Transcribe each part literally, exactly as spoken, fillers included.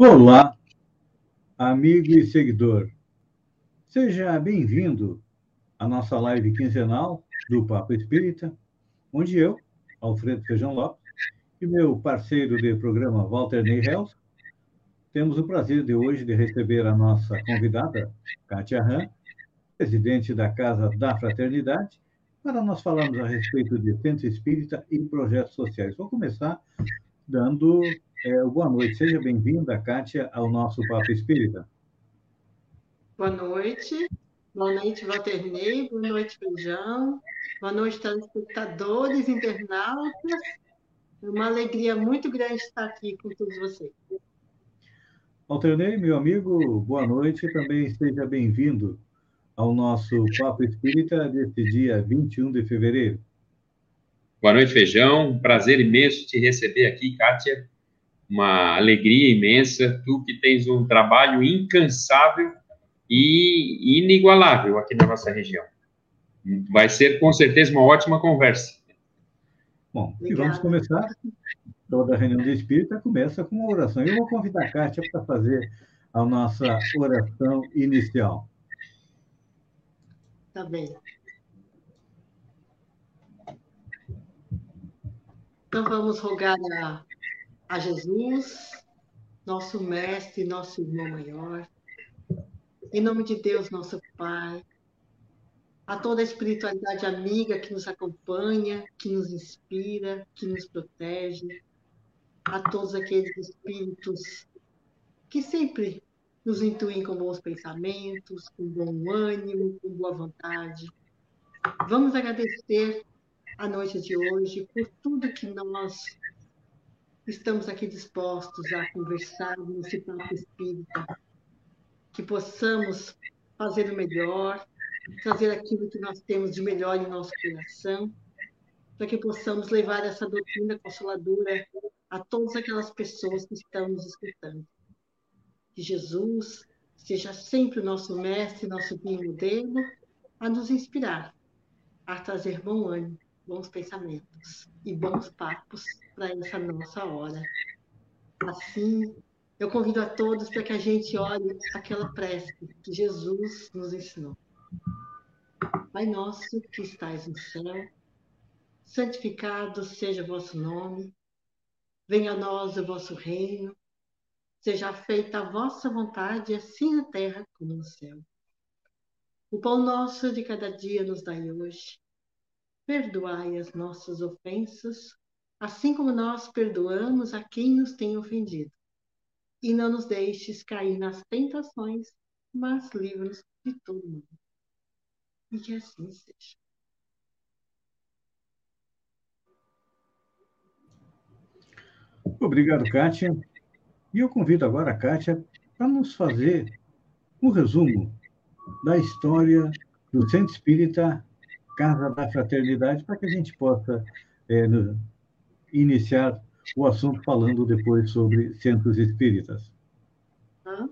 Olá, amigo e seguidor. Seja bem-vindo à nossa live quinzenal do Papo Espírita, onde eu, Alfredo Feijão Lopes, e meu parceiro de programa, Walter Ney Hels, temos o prazer de hoje de receber a nossa convidada, Kátia Ram, presidente da Casa da Fraternidade, para nós falarmos a respeito de centro espírita e projetos sociais. Vou começar dando é, boa noite. Seja bem-vinda, Kátia, ao nosso Papo Espírita. Boa noite. Boa noite, Walternei. Boa noite, Feijão. Boa noite, telespectadores, internautas. É uma alegria muito grande estar aqui com todos vocês. Alternei, meu amigo, boa noite e também seja bem-vindo ao nosso Papo Espírita deste dia vinte e um de fevereiro. Boa noite, Feijão. Um prazer imenso te receber aqui, Kátia. Uma alegria imensa. Tu que tens um trabalho incansável e inigualável aqui na nossa região. Vai ser, com certeza, uma ótima conversa. Bom, Obrigada. E vamos começar. Toda reunião de espírita começa com uma oração. Eu vou convidar a Kátia para fazer a nossa oração inicial. Tá bem. Então vamos rogar a, a Jesus, nosso mestre, nosso irmão maior, em nome de Deus, nosso Pai, a toda a espiritualidade amiga que nos acompanha, que nos inspira, que nos protege, a todos aqueles espíritos que sempre nos intuem com bons pensamentos, com bom ânimo, com boa vontade. Vamos agradecer a noite de hoje por tudo que nós estamos aqui dispostos a conversar nesse papo espírita, que possamos fazer o melhor, trazer aquilo que nós temos de melhor em nosso coração, para que possamos levar essa doutrina consoladora a todas aquelas pessoas que estão nos escutando. Que Jesus seja sempre o nosso mestre, nosso guia e modelo, a nos inspirar, a trazer bom ânimo, bons pensamentos e bons papos para essa nossa hora. Assim, eu convido a todos para que a gente olhe aquela prece que Jesus nos ensinou. Pai nosso que estais no céu, santificado seja o vosso nome, venha a nós o vosso reino, seja feita a vossa vontade, assim na terra como no céu. O pão nosso de cada dia nos dai hoje. Perdoai as nossas ofensas, assim como nós perdoamos a quem nos tem ofendido. E não nos deixes cair nas tentações, mas livra-nos de todo mal. E que assim seja. Obrigado, Kátia. E eu convido agora a Kátia para nos fazer um resumo da história do Centro Espírita Casa da Fraternidade, para que a gente possa é, iniciar o assunto falando depois sobre centros espíritas. Hã?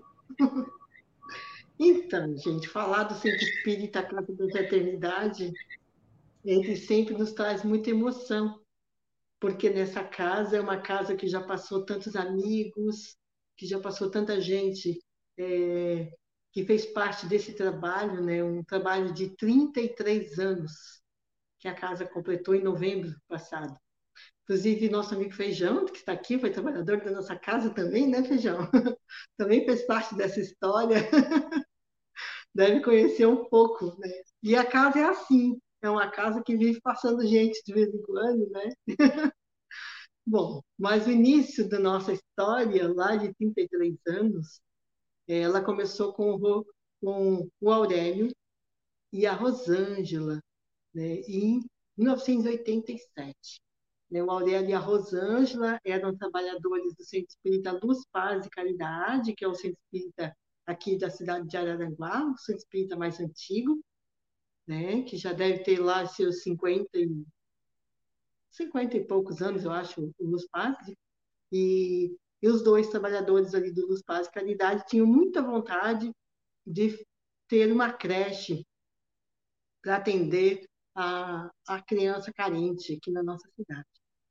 Então, gente, falar do Centro Espírita Casa da Fraternidade, ele sempre nos traz muita emoção, porque nessa casa é uma casa que já passou tantos amigos, que já passou tanta gente é, que fez parte desse trabalho, né? Um trabalho de trinta e três anos, que a casa completou em novembro passado. Inclusive, nosso amigo Feijão, que está aqui, foi trabalhador da nossa casa também, né, Feijão? Também fez parte dessa história. Deve conhecer um pouco, né? E a casa é assim, é uma casa que vive passando gente de vez em quando, né? Bom, mas o início da nossa história, lá de trinta e três anos, ela começou com o, com o Aurélio e a Rosângela, né, em mil novecentos e oitenta e sete. Né, o Aurélio e a Rosângela eram trabalhadores do Centro Espírita Luz, Paz e Caridade, que é o Centro Espírita aqui da cidade de Araranguá, o Centro Espírita mais antigo, né, que já deve ter lá seus cinquenta e, cinquenta e poucos anos, eu acho, o Luz Paz. E, e os dois trabalhadores ali do Luz, Paz e Caridade tinham muita vontade de ter uma creche para atender a, a criança carente aqui na nossa cidade.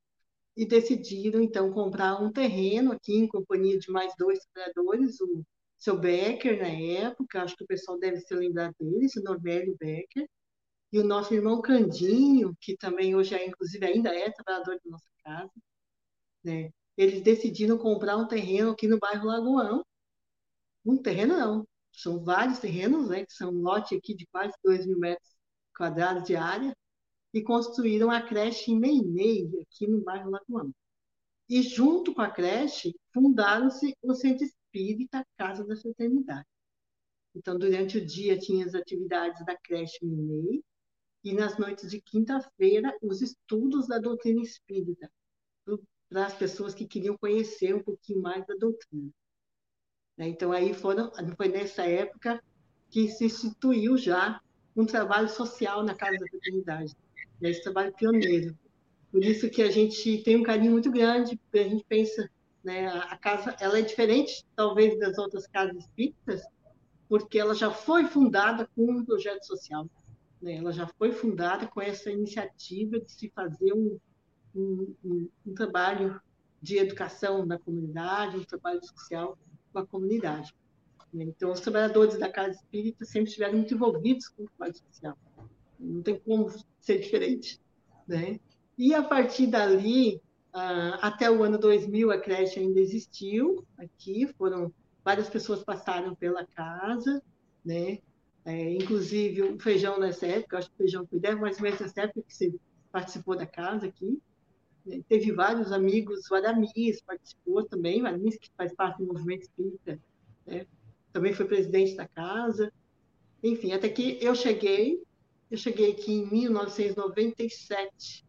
e decidiram, então, comprar um terreno aqui em companhia de mais dois trabalhadores, o seu Becker, na época, acho que o pessoal deve se lembrar dele, o Normélio Becker, e o nosso irmão Candinho, que também hoje, é, inclusive, ainda é trabalhador da nossa casa, né? Eles decidiram comprar um terreno aqui no bairro Lagoão. Um terreno não, são vários terrenos, né? Que são um lote aqui de quase dois mil metros quadrados de área, e construíram a creche em Meinei, aqui no bairro Lagoão. E junto com a creche, fundaram-se o Centro Espírita Casa da Fraternidade. Então, durante o dia, tinha as atividades da creche Meinei, e nas noites de quinta-feira, os estudos da doutrina espírita, para as pessoas que queriam conhecer um pouquinho mais da doutrina. Então, aí foram, foi nessa época que se instituiu já um trabalho social na Casa da Fraternidade, né? Esse trabalho pioneiro. Por isso que a gente tem um carinho muito grande, porque a gente pensa, né, a casa ela é diferente, talvez, das outras casas espíritas, porque ela já foi fundada com um projeto social, né? Ela já foi fundada com essa iniciativa de se fazer um, um, um, um trabalho de educação na comunidade, um trabalho social com a comunidade. Então, os trabalhadores da Casa Espírita sempre estiveram muito envolvidos com o trabalho social. Não tem como ser diferente, né? E, a partir dali, até o ano dois mil, a creche ainda existiu aqui, foram várias pessoas passaram pela casa, né? É, inclusive o Feijão nessa época, acho que o Feijão foi mais ou menos nessa época que você participou da casa aqui, né? Teve vários amigos, o Aramis participou também, o Aramis que faz parte do movimento espírita, né? Também foi presidente da casa, enfim, até que eu cheguei, eu cheguei aqui em mil novecentos e noventa e sete,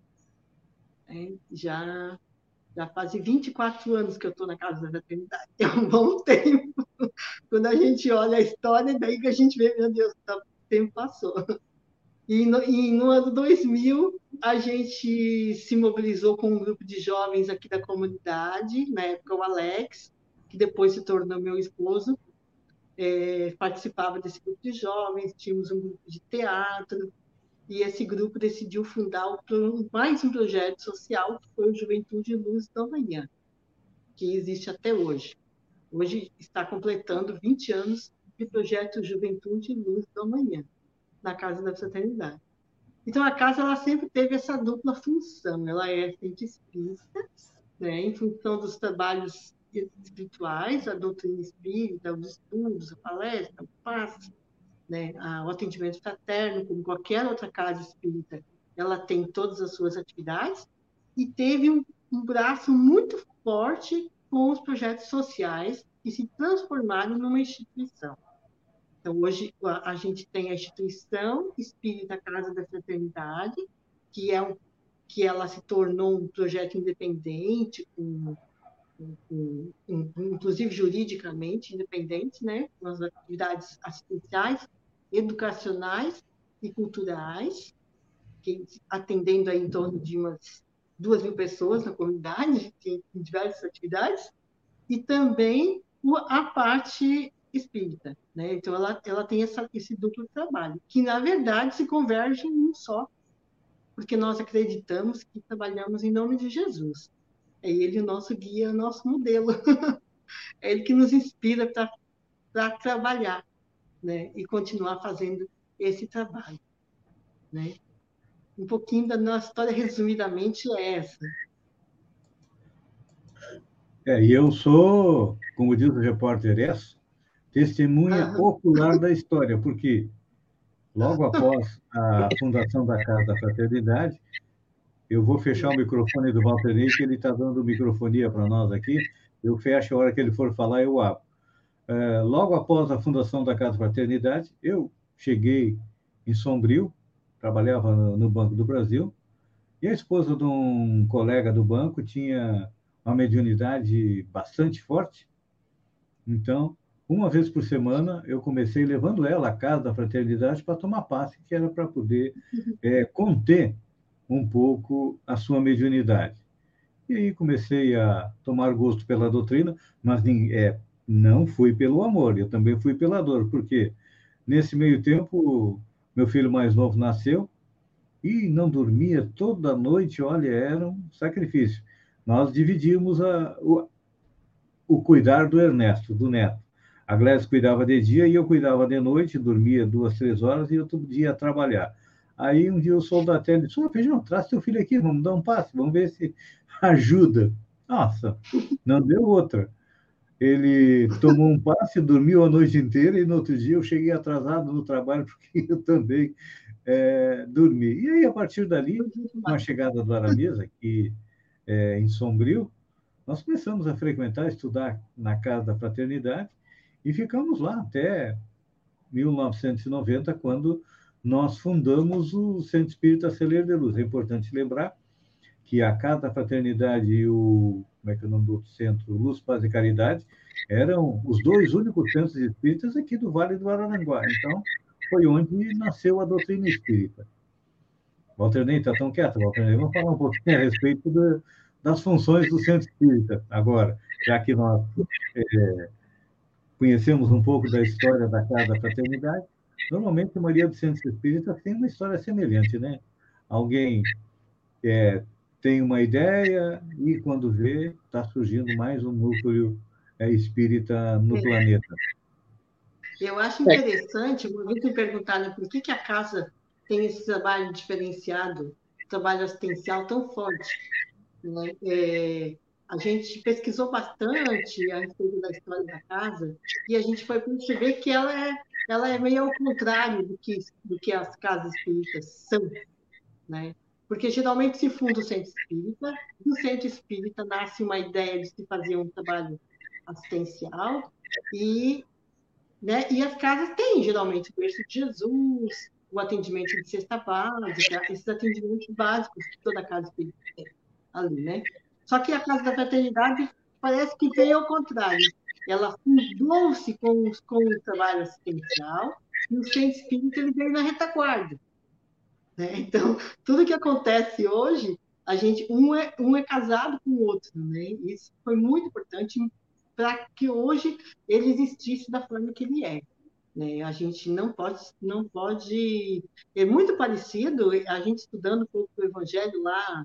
né? já, já fazem vinte e quatro anos que eu estou na Casa da Fraternidade, é um bom tempo. Quando a gente olha a história, daí que a gente vê, meu Deus, o tempo passou. E no, e no ano dois mil, a gente se mobilizou com um grupo de jovens aqui da comunidade, na época o Alex, que depois se tornou meu esposo, é, participava desse grupo de jovens, tínhamos um grupo de teatro, e esse grupo decidiu fundar o, mais um projeto social, que foi o Juventude Luz da Manhã, que existe até hoje. Hoje está completando vinte anos de projeto Juventude Luz da Manhã, na Casa da Fraternidade. Então, a casa ela sempre teve essa dupla função. Ela é centro espírita, né, em função dos trabalhos espirituais, a doutrina espírita, os estudos, a palestra, o passe, né, o atendimento fraterno, como qualquer outra casa espírita, ela tem todas as suas atividades, e teve um, um braço muito forte com os projetos sociais que se transformaram numa instituição. Então, hoje, a, a gente tem a instituição Espírita Casa da Fraternidade, que, é um, que ela se tornou um projeto independente, com, com, com, inclusive juridicamente independente, né? Com as atividades assistenciais, educacionais e culturais, que, atendendo aí em torno de umas duas mil pessoas na comunidade, em diversas atividades, e também a parte espírita, né? Então, ela, ela tem essa, esse duplo trabalho, que, na verdade, se converge em um só, porque nós acreditamos que trabalhamos em nome de Jesus. É Ele o nosso guia, o nosso modelo. É Ele que nos inspira para trabalhar, né? E continuar fazendo esse trabalho, né? Um pouquinho da nossa história, resumidamente, é essa. É, e eu sou, como diz o repórter S, testemunha Aham. ocular da história, porque logo após a fundação da Casa da Fraternidade, eu vou fechar o microfone do Walter Ney, que ele está dando microfonia para nós aqui, eu fecho a hora que ele for falar, eu abro. É, logo após a fundação da Casa da Fraternidade, eu cheguei em Sombrio, trabalhava no, no Banco do Brasil, e a esposa de um colega do banco tinha uma mediunidade bastante forte. Então, uma vez por semana, eu comecei levando ela à Casa da Fraternidade para tomar passe, que era para poder é, conter um pouco a sua mediunidade. E aí comecei a tomar gosto pela doutrina, mas é, não fui pelo amor, eu também fui pela dor, porque nesse meio tempo, meu filho mais novo nasceu, e não dormia toda noite, olha, era um sacrifício. nós dividimos a, o, o cuidar do Ernesto, do neto. A Gladys cuidava de dia e eu cuidava de noite, dormia duas, três horas e outro dia ia trabalhar. Aí um dia o soldado disse, ô, Feijão, traz teu filho aqui, vamos dar um passe, vamos ver se ajuda. Nossa, não deu outra. Ele tomou um passe, dormiu a noite inteira e no outro dia eu cheguei atrasado no trabalho porque eu também é, dormi. E aí, a partir dali, com a chegada do Aramis, aqui é, em Sombrio, nós começamos a frequentar, estudar na Casa da Fraternidade e ficamos lá até mil novecentos e noventa, quando nós fundamos o Centro Espírita Celeiro de Luz. É importante lembrar que a Casa da Fraternidade e o, como é que é o nome do outro centro, Luz, Paz e Caridade, eram os dois únicos centros espíritas aqui do Vale do Araranguá. Então, foi onde nasceu a doutrina espírita. Walter Ney está tão quieto, Walter Ney. Vamos falar um pouquinho a respeito de, das funções do centro espírita agora, já que nós é, conhecemos um pouco da história da Casa da Fraternidade. Normalmente, a maioria dos centros espíritas tem uma história semelhante, né? Alguém é, tem uma ideia e, quando vê, está surgindo mais um núcleo é, espírita no é. planeta. Eu acho interessante, muito me perguntaram por que, que a casa tem esse trabalho diferenciado, trabalho assistencial tão forte. Né? É, a gente pesquisou bastante a respeito da história da casa e a gente foi perceber que ela é, ela é meio ao contrário do que, do que as casas espíritas são, né? Porque geralmente se funda o centro espírita, e do centro espírita nasce uma ideia de se fazer um trabalho assistencial, e, né, e as casas têm geralmente o berço de Jesus, o atendimento de cesta básica, esses atendimentos básicos que toda casa espírita tem ali, né? Só que a Casa da Fraternidade parece que veio ao contrário. Ela fundou-se com, com o trabalho assistencial, e o centro espírita ele veio na retaguarda. Então, tudo que acontece hoje, a gente um é, um é casado com o outro, né? Isso foi muito importante para que hoje ele existisse da forma que ele é. Né? A gente não pode, não pode... É muito parecido, a gente estudando um pouco do Evangelho lá,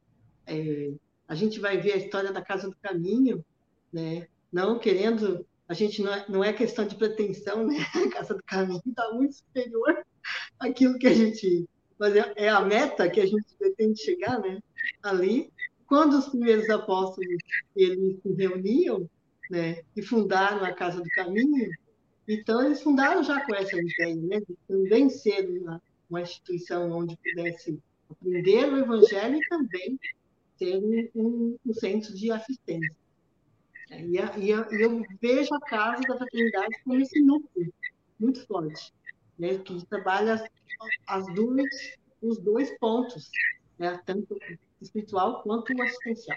é, a gente vai ver a história da Casa do Caminho, né? Não querendo... A gente não é, não é questão de pretensão, né? A Casa do Caminho está muito superior àquilo que a gente... Mas é a meta que a gente pretende chegar, né? Ali, quando os primeiros apóstolos eles se reuniam, né, e fundaram a Casa do Caminho, então eles fundaram já com essa ideia, né, de também ser uma, uma instituição onde pudesse aprender o Evangelho e também ter um, um, um centro de assistência. E, a, e, a, e eu vejo a Casa da Fraternidade como esse núcleo muito forte, né, que trabalha as, as duas, os dois pontos, né, tanto o espiritual quanto o assistencial.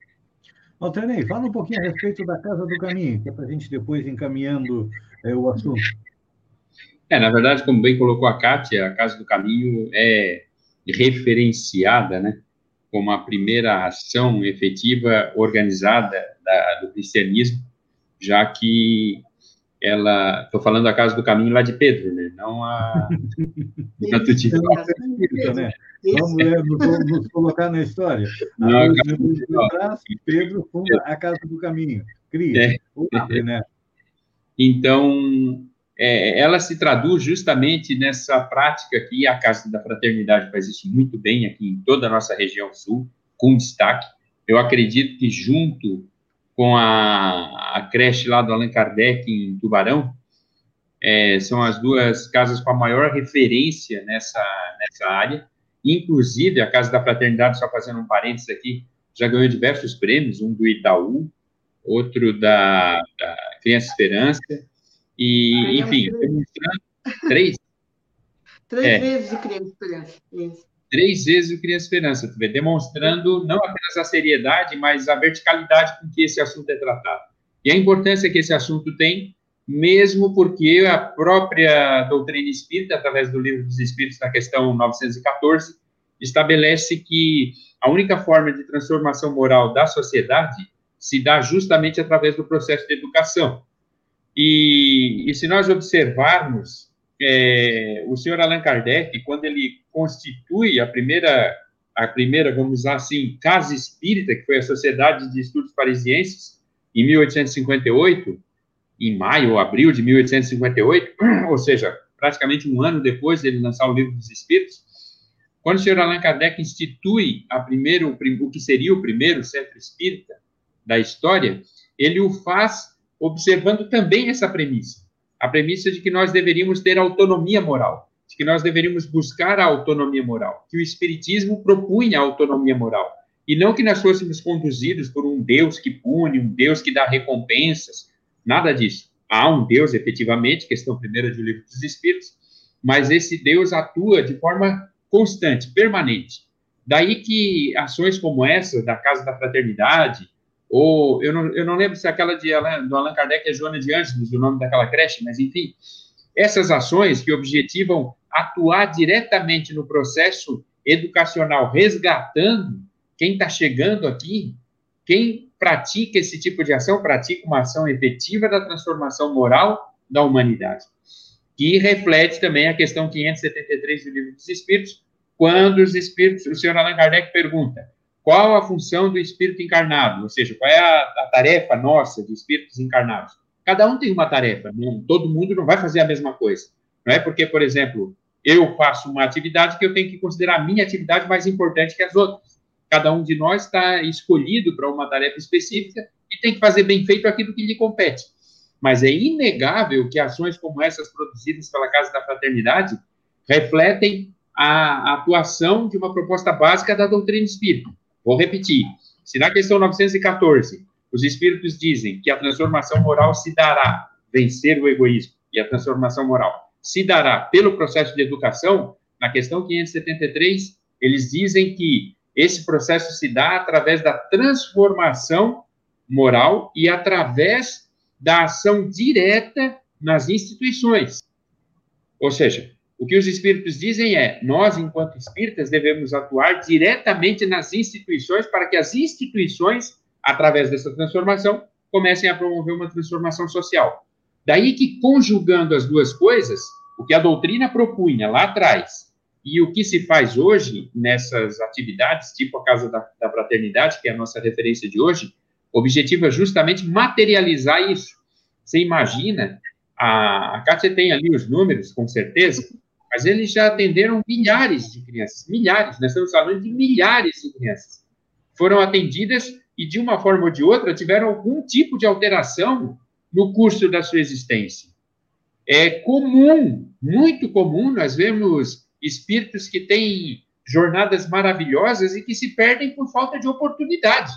Walter Ney, fala um pouquinho a respeito da Casa do Caminho, que é para a gente depois encaminhando é, o assunto. É, na verdade, como bem colocou a Kátia, a Casa do Caminho é referenciada, né, como a primeira ação efetiva organizada da, do cristianismo, já que ela, estou falando da Casa do Caminho lá de Pedro, né? Não a do Espírita, né? Vamos é, nos, nos colocar na história. Há dois minutos atrás, Pedro funda a Casa do Caminho, cria, é. ou abre, né? Então, é, ela se traduz justamente nessa prática aqui. A Casa da Fraternidade faz isso muito bem aqui em toda a nossa região sul, com destaque. Eu acredito que junto com a, a creche lá do Allan Kardec, em Tubarão, é, são as duas casas com a maior referência nessa, nessa área. Inclusive, a Casa da Fraternidade, só fazendo um parênteses aqui, já ganhou diversos prêmios, um do Itaú, outro da, da Criança Esperança, e, enfim, demonstrando três... Três é, vezes o Criança Esperança. Isso. Três vezes o Criança Esperança, demonstrando não apenas a seriedade, mas a verticalidade com que esse assunto é tratado. E a importância que esse assunto tem, mesmo porque a própria doutrina espírita, através do Livro dos Espíritos, na questão novecentos e quatorze, estabelece que a única forma de transformação moral da sociedade se dá justamente através do processo de educação. E, e se nós observarmos, é, o senhor Allan Kardec, quando ele constitui a primeira, a primeira, vamos usar assim, Casa Espírita, que foi a Sociedade de Estudos Parisienses, em mil oitocentos e cinquenta e oito, em maio ou abril de mil oitocentos e cinquenta e oito, ou seja, praticamente um ano depois dele lançar o Livro dos Espíritos, quando o senhor Allan Kardec institui a primeiro, o que seria o primeiro centro espírita da história, ele o faz observando também essa premissa, a premissa de que nós deveríamos ter autonomia moral, de que nós deveríamos buscar a autonomia moral, que o Espiritismo propunha a autonomia moral, e não que nós fôssemos conduzidos por um Deus que pune, um Deus que dá recompensas, nada disso. Há um Deus, efetivamente, questão primeira do Livro dos Espíritos, mas esse Deus atua de forma constante, permanente. Daí que ações como essa, da Casa da Fraternidade, ou, eu não, eu não lembro se aquela de Allan, do Allan Kardec é Joana de Ângeles, o nome daquela creche, mas enfim, essas ações que objetivam atuar diretamente no processo educacional, resgatando quem está chegando aqui, quem pratica esse tipo de ação, pratica uma ação efetiva da transformação moral da humanidade, que reflete também a questão quinhentos e setenta e três do Livro dos Espíritos, quando os espíritos, o senhor Allan Kardec pergunta, qual a função do espírito encarnado? Ou seja, qual é a, a tarefa nossa de espíritos encarnados? Cada um tem uma tarefa, não, todo mundo não vai fazer a mesma coisa. Não é porque, por exemplo, eu faço uma atividade que eu tenho que considerar a minha atividade mais importante que as outras. Cada um de nós está escolhido para uma tarefa específica e tem que fazer bem feito aquilo que lhe compete. Mas é inegável que ações como essas produzidas pela Casa da Fraternidade refletem a atuação de uma proposta básica da doutrina espírita. Vou repetir. Se na questão novecentos e quatorze os espíritos dizem que a transformação moral se dará, vencer o egoísmo, e a transformação moral se dará pelo processo de educação, na questão quinhentos e setenta e três, eles dizem que esse processo se dá através da transformação moral e através da ação direta nas instituições. Ou seja, o que os espíritos dizem é, nós, enquanto espíritas, devemos atuar diretamente nas instituições para que as instituições, através dessa transformação, comecem a promover uma transformação social. Daí que, conjugando as duas coisas, o que a doutrina propunha lá atrás e o que se faz hoje nessas atividades, tipo a Casa da, da Fraternidade, que é a nossa referência de hoje, o objetivo é justamente materializar isso. Você imagina, a, a Kátia tem ali os números, com certeza, mas eles já atenderam milhares de crianças, milhares, nós estamos falando de milhares de crianças. Foram atendidas e, de uma forma ou de outra, tiveram algum tipo de alteração no curso da sua existência. É comum, muito comum, nós vemos espíritos que têm jornadas maravilhosas e que se perdem por falta de oportunidade.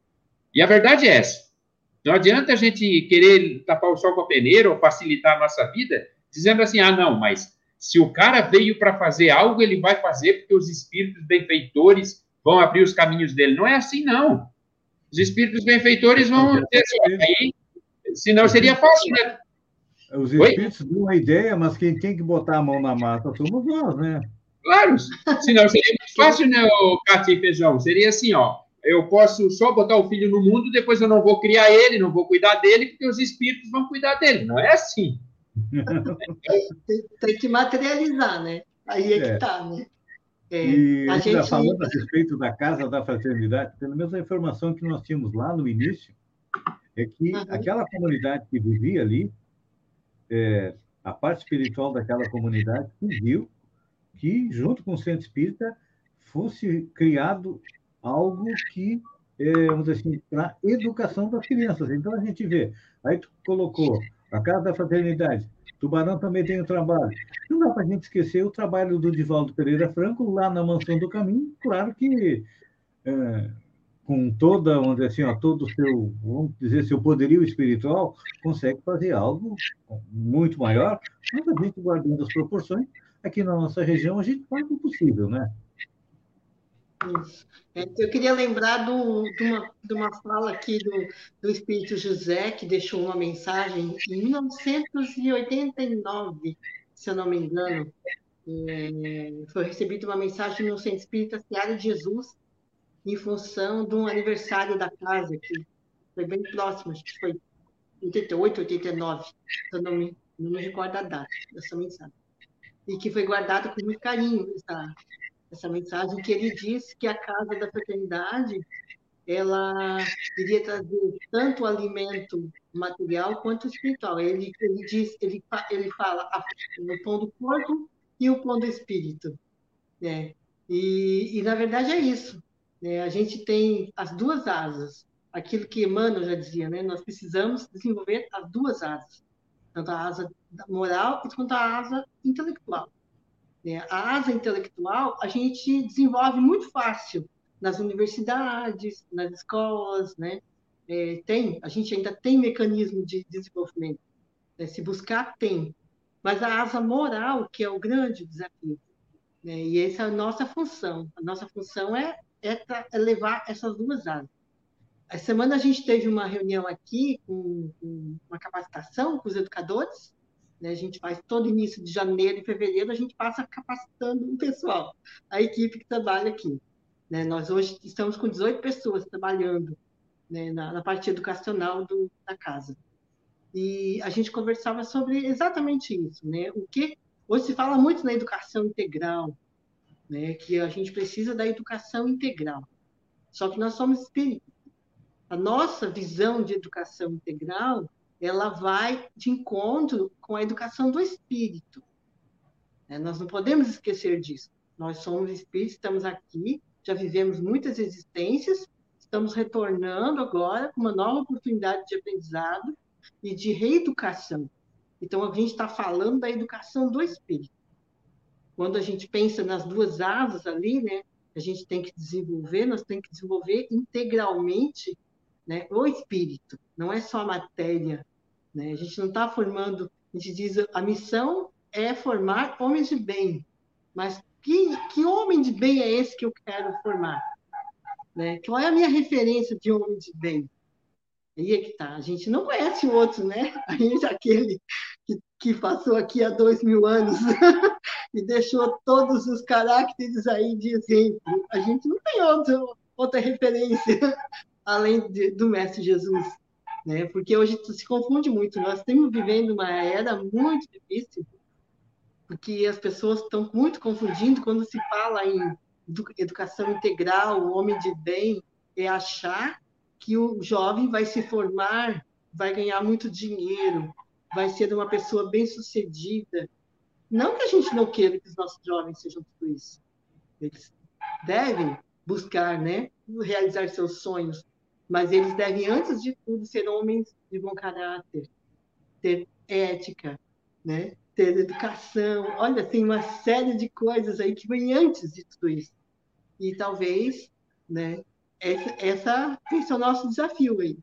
E a verdade é essa. Não adianta a gente querer tapar o sol com a peneira ou facilitar a nossa vida, dizendo assim, ah, não, mas se o cara veio para fazer algo, ele vai fazer porque os espíritos benfeitores vão abrir os caminhos dele. Não é assim, não. Os espíritos benfeitores vão ter aí, senão seria fácil, né? Os espíritos Oi? dão a ideia, mas quem tem que botar a mão na massa somos nós, né? Claro, senão seria muito fácil, né, Cátia e Feijão? Seria assim, ó, eu posso só botar o filho no mundo, depois eu não vou criar ele, não vou cuidar dele, porque os espíritos vão cuidar dele. Não é assim. tem, tem que materializar, né? Aí é, é. que está, né? É, e a gente... falando a respeito da Casa da Fraternidade, pelo menos a informação que nós tínhamos lá no início, é que uhum. aquela comunidade que vivia ali, é, a parte espiritual daquela comunidade pediu que, junto com o Centro Espírita, fosse criado algo que, é, vamos dizer assim, para a educação das crianças. Então, a gente vê, aí tu colocou a Casa da Fraternidade, Tubarão também tem o trabalho. Não dá para a gente esquecer o trabalho do Divaldo Pereira Franco, lá na Mansão do Caminho, claro que... É, com toda, vamos dizer assim, ó, todo o seu, vamos dizer, seu poderio espiritual, consegue fazer algo muito maior, mas a gente, guardando as proporções, aqui na nossa região, a gente faz o possível, né? Isso. Eu queria lembrar do, de, uma, de uma fala aqui do, do Espírito José, que deixou uma mensagem em mil novecentos e oitenta e nove, se eu não me engano. É, foi recebida uma mensagem no Centro Espírita Seara de Jesus, em função de um aniversário da casa, que foi bem próximo, acho que foi oitenta e oito, oitenta e nove, eu não me, não me recordo a data dessa mensagem. E que foi guardada com muito carinho, essa, essa mensagem, que ele disse que a casa da fraternidade ela iria trazer tanto o alimento material quanto espiritual. Ele, ele diz, ele, ele fala a, o pão do corpo e o pão do espírito, né? E, e na verdade é isso, né? A gente tem as duas asas. Aquilo que Emmanuel já dizia, né? Nós precisamos desenvolver as duas asas, tanto a asa moral quanto a asa intelectual. Né? A asa intelectual a gente desenvolve muito fácil nas universidades, nas escolas, né? É, tem, a gente ainda tem mecanismo de desenvolvimento. Né? Se buscar, tem. Mas a asa moral, que é o grande desafio, né? E essa é a nossa função. A nossa função é, é, é levar essas duas asas. Essa semana a gente teve uma reunião aqui, com, com uma capacitação com os educadores, né? A gente faz todo início de janeiro e fevereiro, a gente passa capacitando o pessoal, a equipe que trabalha aqui. Né? Nós hoje estamos com dezoito pessoas trabalhando, né, na, na parte educacional do, da casa. E a gente conversava sobre exatamente isso. Né? O que, hoje se fala muito na educação integral, né, que a gente precisa da educação integral. Só que nós somos espíritos. A nossa visão de educação integral, ela vai de encontro com a educação do espírito. Né? Nós não podemos esquecer disso. Nós somos espíritos, estamos aqui, já vivemos muitas existências, estamos retornando agora com uma nova oportunidade de aprendizado e de reeducação. Então, a gente está falando da educação do espírito. Quando a gente pensa nas duas asas ali, né, a gente tem que desenvolver, nós temos que desenvolver integralmente, né, o espírito, não é só a matéria. Né? A gente não está formando, a gente diz, a missão é formar homens de bem, mas que, que homem de bem é esse que eu quero formar? Né? Qual é a minha referência de homem de bem? Aí é que tá. A gente não conhece o outro, né? A gente, aquele que, que passou aqui há dois mil anos e deixou todos os caracteres aí de exemplo. A gente não tem outro, outra referência além de, do Mestre Jesus. Né? Porque hoje se confunde muito. Nós estamos vivendo uma era muito difícil, porque as pessoas estão muito confundindo quando se fala em educação integral, o homem de bem, é achar que o jovem vai se formar, vai ganhar muito dinheiro, vai ser uma pessoa bem-sucedida. Não que a gente não queira que os nossos jovens sejam tudo isso. Eles devem buscar, né, realizar seus sonhos, mas eles devem, antes de tudo, ser homens de bom caráter, ter ética, né, ter educação. Olha, tem uma série de coisas aí que vem antes de tudo isso. E talvez, né, essa, essa esse é o nosso desafio aí.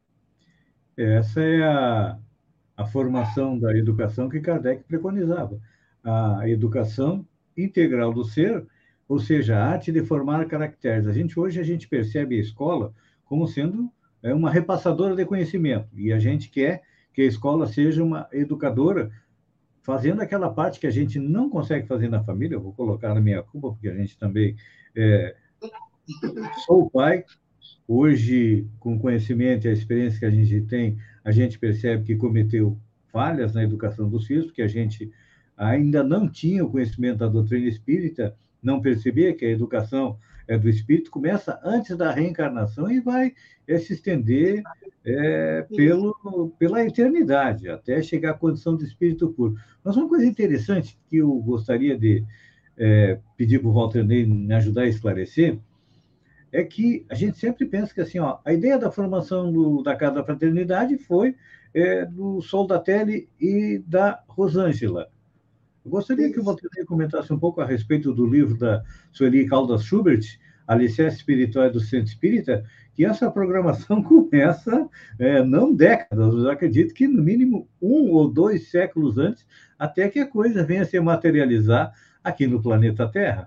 Essa é a, a formação da educação que Kardec preconizava. A educação integral do ser, ou seja, a arte de formar caracteres. A gente, hoje a gente percebe a escola como sendo é, uma repassadora de conhecimento, e a gente quer que a escola seja uma educadora, fazendo aquela parte que a gente não consegue fazer na família. Eu vou colocar na minha culpa, porque a gente também... É, sou pai, hoje, com o conhecimento e a experiência que a gente tem, a gente percebe que cometeu falhas na educação dos filhos, porque a gente ainda não tinha o conhecimento da doutrina espírita, não percebia que a educação é, do espírito começa antes da reencarnação e vai é, se estender é, pelo, pela eternidade, até chegar à condição de espírito puro. Mas uma coisa interessante que eu gostaria de é, pedir para o Walter Ney me ajudar a esclarecer, é que a gente sempre pensa que assim, ó, a ideia da formação do, da Casa da Fraternidade foi é, do Sol da Tele e da Rosângela. Eu gostaria Isso. que o Walter comentasse um pouco a respeito do livro da Sueli Caldas Schubert, Alicerce Espiritual do Centro Espírita, que essa programação começa é, não décadas, eu acredito que no mínimo um ou dois séculos antes, até que a coisa venha a se materializar aqui no planeta Terra.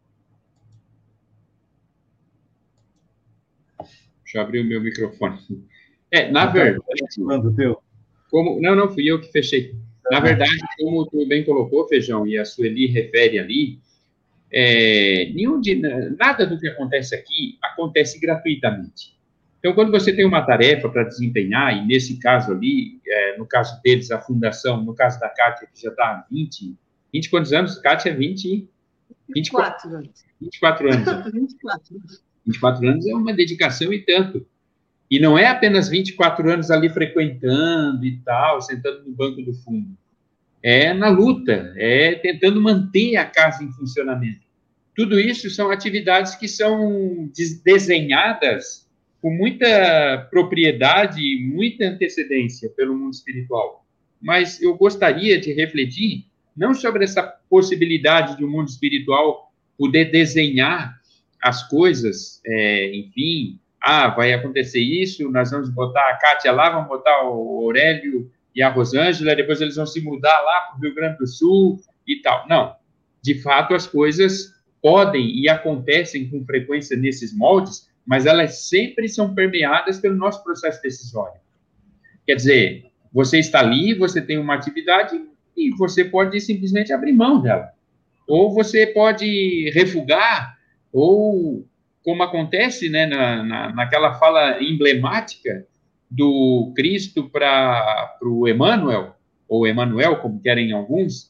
Deixa eu abrir o meu microfone. É, na verdade... Teu. Como, não, não, fui eu que fechei. Na verdade, como tu bem colocou, Feijão, e a Sueli refere ali, é, nenhum de, nada do que acontece aqui acontece gratuitamente. Então, quando você tem uma tarefa para desempenhar, e nesse caso ali, é, no caso deles, a fundação, no caso da Kátia, que já está há vinte, vinte quantos anos? Kátia, vinte... vinte e quatro anos. vinte e quatro anos. vinte e quatro anos. vinte e quatro anos é uma dedicação e tanto. E não é apenas vinte e quatro anos ali frequentando e tal, sentando no banco do fundo. É na luta, é tentando manter a casa em funcionamento. Tudo isso são atividades que são desenhadas com muita propriedade e muita antecedência pelo mundo espiritual. Mas eu gostaria de refletir não sobre essa possibilidade de um mundo espiritual poder desenhar as coisas, é, enfim, ah, vai acontecer isso, nós vamos botar a Kátia lá, vamos botar o Aurélio e a Rosângela, depois eles vão se mudar lá para o Rio Grande do Sul e tal. Não, de fato as coisas podem e acontecem com frequência nesses moldes, mas elas sempre são permeadas pelo nosso processo decisório. Quer dizer, você está ali, você tem uma atividade e você pode simplesmente abrir mão dela. Ou você pode refugar, ou, como acontece, né, na, na, naquela fala emblemática do Cristo para o Emmanuel, ou Emanuel, como querem alguns,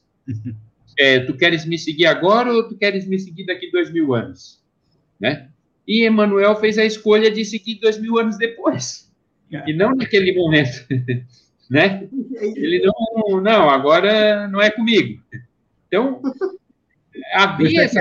é, tu queres me seguir agora ou tu queres me seguir daqui dois mil anos? Né? E Emmanuel fez a escolha de seguir dois mil anos depois, e não naquele momento. Né? Ele não, não, agora não é comigo. Então, havia essa...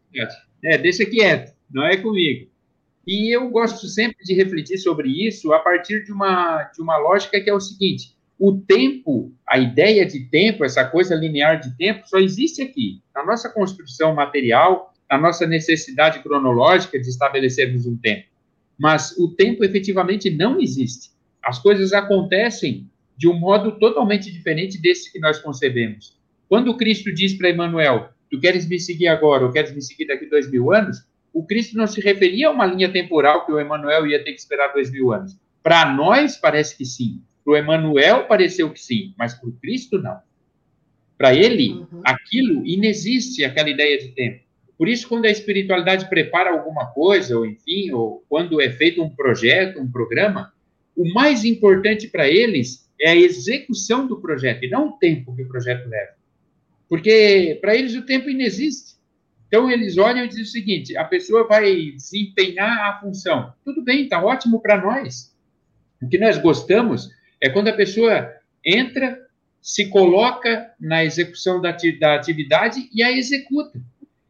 É, deixa quieto, não é comigo. E eu gosto sempre de refletir sobre isso a partir de uma, de uma lógica que é o seguinte: o tempo, a ideia de tempo, essa coisa linear de tempo, só existe aqui, na nossa construção material, na nossa necessidade cronológica de estabelecermos um tempo. Mas o tempo efetivamente não existe. As coisas acontecem de um modo totalmente diferente desse que nós concebemos. Quando Cristo diz para Emmanuel, tu queres me seguir agora ou queres me seguir daqui dois mil anos, o Cristo não se referia a uma linha temporal que o Emmanuel ia ter que esperar dois mil anos. Para nós, parece que sim. Para o Emmanuel, pareceu que sim, mas para o Cristo, não. Para ele, uhum. aquilo inexiste, aquela ideia de tempo. Por isso, quando a espiritualidade prepara alguma coisa, ou enfim, ou quando é feito um projeto, um programa, o mais importante para eles é a execução do projeto, e não o tempo que o projeto leva. Porque, para eles, o tempo inexiste. Então, eles olham e dizem o seguinte: a pessoa vai desempenhar a função. Tudo bem, está ótimo para nós. O que nós gostamos é quando a pessoa entra, se coloca na execução da, da atividade e a executa.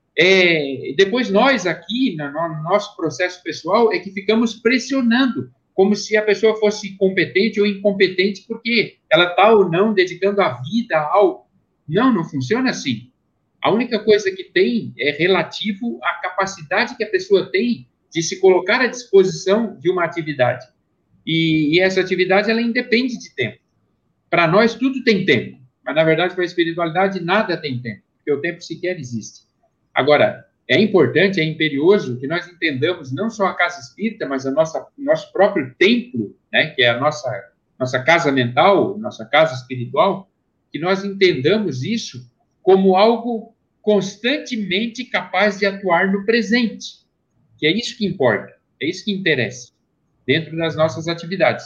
É, depois, nós aqui, no, no nosso processo pessoal, é que ficamos pressionando, como se a pessoa fosse competente ou incompetente, porque ela está ou não dedicando a vida a algo. Não, não funciona assim. A única coisa que tem é relativo à capacidade que a pessoa tem de se colocar à disposição de uma atividade. E, e essa atividade, ela independe de tempo. Para nós, tudo tem tempo. Mas, na verdade, para a espiritualidade, nada tem tempo. Porque o tempo sequer existe. Agora, é importante, é imperioso que nós entendamos não só a casa espírita, mas a nossa nosso próprio templo, né, que é a nossa, nossa casa mental, nossa casa espiritual, que nós entendamos isso como algo constantemente capaz de atuar no presente, que é isso que importa, é isso que interessa, dentro das nossas atividades.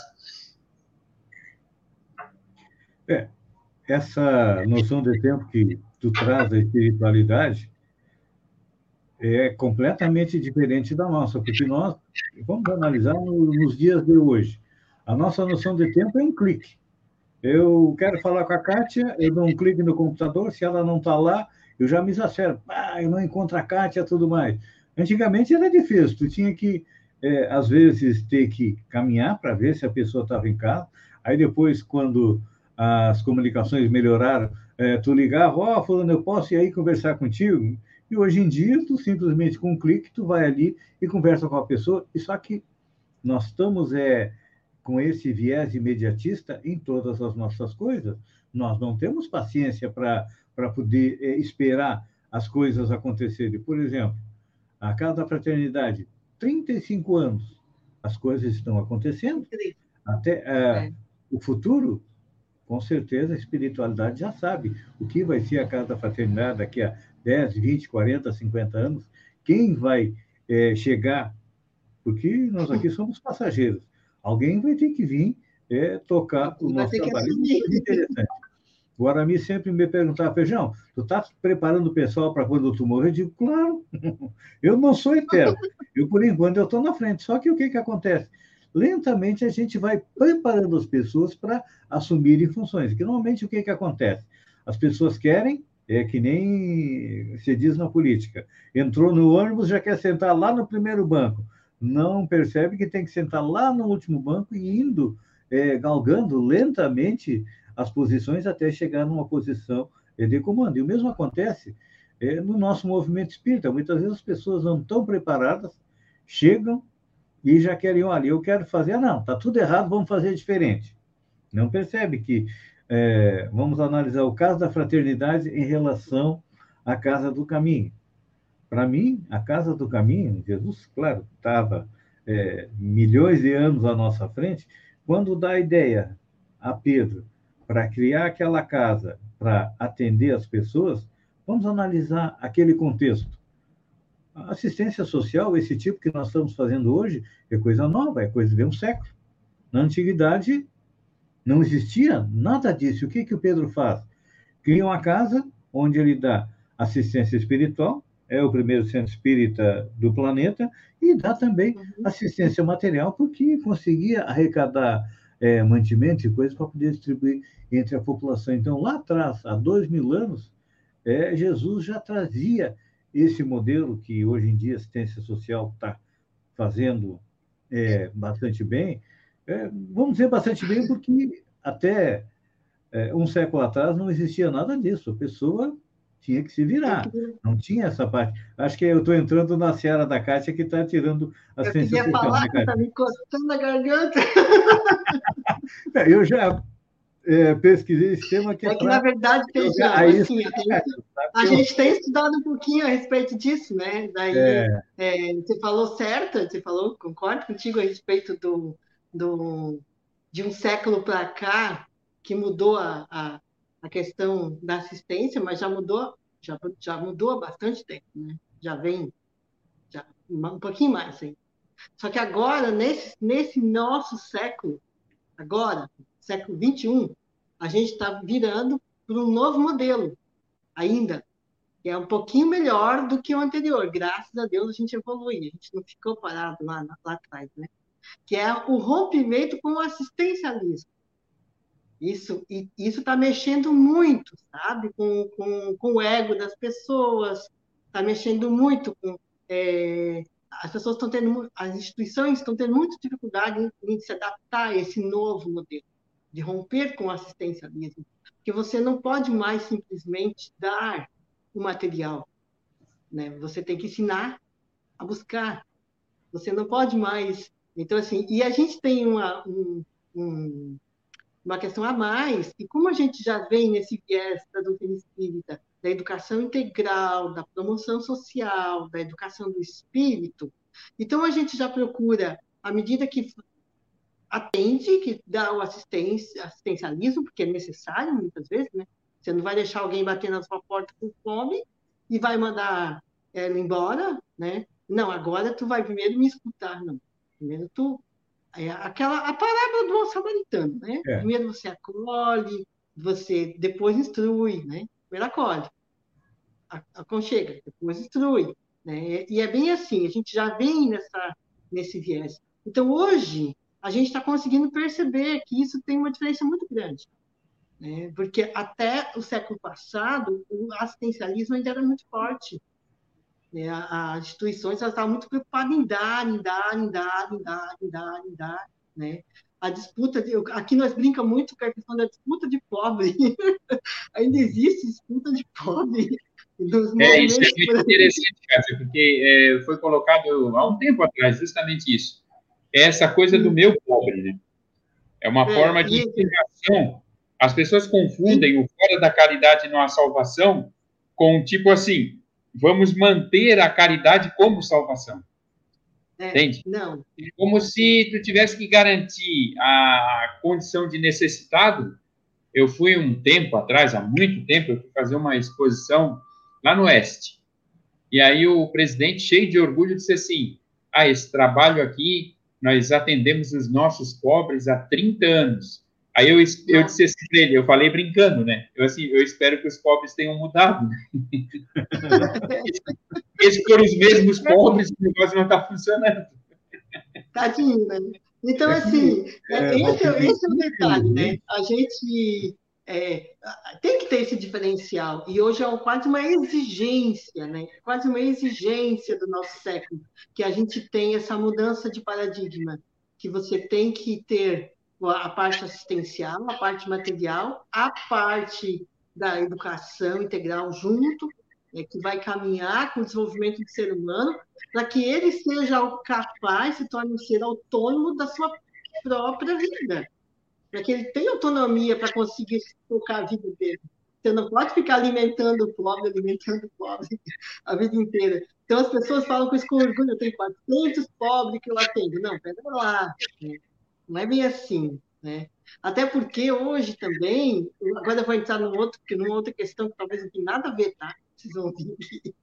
É, essa noção de tempo que tu traz da espiritualidade é completamente diferente da nossa, porque nós, vamos analisar no, nos dias de hoje, a nossa noção de tempo é um clique. Eu quero falar com a Kátia, eu dou um clique no computador, se ela não está lá, eu já me exacerbo. Ah, eu não encontro a Kátia e tudo mais. Antigamente era difícil, tu tinha que, é, às vezes, ter que caminhar para ver se a pessoa estava em casa. Aí depois, quando as comunicações melhoraram, é, tu ligava, ó, oh, fulano, eu posso ir aí conversar contigo? E hoje em dia, tu simplesmente, com um clique, tu vai ali e conversa com a pessoa. E só que nós estamos... É, com esse viés imediatista em todas as nossas coisas, nós não temos paciência para poder é, esperar as coisas acontecerem. Por exemplo, a Casa da Fraternidade, trinta e cinco anos, as coisas estão acontecendo, até é, o futuro, com certeza a espiritualidade já sabe o que vai ser a Casa da Fraternidade daqui a dez, vinte, quarenta, cinquenta anos, quem vai é, chegar, porque nós aqui somos passageiros. Alguém vai ter que vir é, tocar o nosso trabalho. Isso é interessante. O Aramis sempre me perguntava, Feijão, tu está preparando o pessoal para quando tu morrer? Eu digo, claro, eu não sou eterno. Eu, por enquanto, eu estou na frente. Só que o que, que acontece? Lentamente, a gente vai preparando as pessoas para assumirem funções. Que normalmente, o que, que acontece? As pessoas querem, é que nem se diz na política, entrou no ônibus, já quer sentar lá no primeiro banco. Não percebe que tem que sentar lá no último banco e indo, é, galgando lentamente as posições até chegar numa posição de comando. E o mesmo acontece é, no nosso movimento espírita. Muitas vezes as pessoas não estão preparadas, chegam e já querem, olha, eu quero fazer, ah, não, está tudo errado, vamos fazer diferente. Não percebe que, é, vamos analisar o caso da fraternidade em relação à Casa do Caminho. Para mim, a Casa do Caminho, Jesus, claro, estava é, milhões de anos à nossa frente, quando dá a ideia a Pedro para criar aquela casa para atender as pessoas, vamos analisar aquele contexto. A assistência social, esse tipo que nós estamos fazendo hoje, é coisa nova, é coisa de um século. Na antiguidade, não existia nada disso. O que, que o Pedro faz? Cria uma casa onde ele dá assistência espiritual, é o primeiro centro espírita do planeta, e dá também assistência material, porque conseguia arrecadar é, mantimento e coisas para poder distribuir entre a população. Então, lá atrás, há dois mil anos, é, Jesus já trazia esse modelo que hoje em dia a assistência social está fazendo é, bastante bem. É, vamos dizer bastante bem, porque até é, um século atrás não existia nada disso. A pessoa tinha que se virar. Não tinha essa parte. Acho que eu estou entrando na seara da Kátia, que está tirando assistência social. Eu queria falar, né, que está me encostando na garganta. Eu já é, pesquisei esse tema. Que é, é que, na verdade, Feijão, assim, a, a gente tem estudado um pouquinho a respeito disso, né? Daí, é... É, você falou certo, você falou, concordo contigo a respeito do, do, de um século para cá, que mudou a, a, a questão da assistência, mas já mudou, já, já mudou há bastante tempo, né? Já vem já, um pouquinho mais, hein? Só que agora, nesse, nesse nosso século, agora, século vinte e um, a gente está virando para um novo modelo ainda, que é um pouquinho melhor do que o anterior. Graças a Deus a gente evolui, a gente não ficou parado lá, lá atrás, né? Que é o rompimento com o assistencialismo. Isso está mexendo muito, sabe? Com, com, com o ego das pessoas, está mexendo muito com... É, as pessoas estão tendo... As instituições estão tendo muita dificuldade em, em se adaptar a esse novo modelo, de romper com o assistencialismo. Porque você não pode mais simplesmente dar o material, né? Você tem que ensinar a buscar. Você não pode mais... Então, assim... E a gente tem uma... Um, um, uma questão a mais, e como a gente já vem nesse viés da doutrina espírita, da educação integral, da promoção social, da educação do espírito, então a gente já procura, à medida que atende, que dá o assistência, assistencialismo, porque é necessário muitas vezes, né? Você não vai deixar alguém bater na sua porta com fome e vai mandar ela embora, né? Não, agora tu vai primeiro me escutar, não. Primeiro tu É aquela, a parábola do bom samaritano, né? É. Primeiro você acolhe, você depois instrui, né? Primeiro acolhe, aconchega, depois instrui, né? E é bem assim, a gente já vem nessa, nesse viés. Então, hoje, a gente está conseguindo perceber que isso tem uma diferença muito grande, né? Porque até o século passado, o assistencialismo ainda era muito forte. Né? As instituições elas estavam muito preocupadas em dar, em dar, em dar, em dar, em dar, em dar, né? A disputa, de, aqui nós brincamos muito com a questão da disputa de pobre. Ainda existe disputa de pobre. É, isso é muito interessante, Cátia, porque é, foi colocado há um tempo atrás justamente isso. É essa coisa do meu pobre, né? É uma é, forma de integração. As pessoas confundem o fora da caridade não há salvação com tipo assim, vamos manter a caridade como salvação. É, Entende? Não. É como se tu tivesse que garantir a condição de necessitado. Eu fui um tempo atrás, há muito tempo, eu fui fazer uma exposição lá no Oeste. E aí o presidente, cheio de orgulho, disse assim, ah, esse trabalho aqui, nós atendemos os nossos pobres há trinta anos. Aí eu, eu disse assim para ele, eu falei brincando, né? Eu assim, eu espero que os pobres tenham mudado. Esses foram os mesmos pobres, o negócio não está funcionando. Tadinho, né? Então, É que, assim, é, esse, Walter, esse é o detalhe, né? infelizmente, A gente é, tem que ter esse diferencial. E hoje é quase uma exigência, né? Quase uma exigência do nosso século, que a gente tem essa mudança de paradigma, que você tem que ter a parte assistencial, a parte material, a parte da educação integral junto, né, que vai caminhar com o desenvolvimento do ser humano, para que ele seja capaz, se torne um ser autônomo da sua própria vida, para que ele tenha autonomia para conseguir tocar a vida dele. Você não pode ficar alimentando o pobre, alimentando o pobre a vida inteira. Então, as pessoas falam com isso com orgulho, eu tenho quatrocentos pobres que eu atendo. Não, pera lá, né? Não é bem assim, né? Até porque hoje também, agora eu vou entrar num outro, numa outra questão que talvez não tenha nada a ver, tá? Vocês vão ouvir aqui.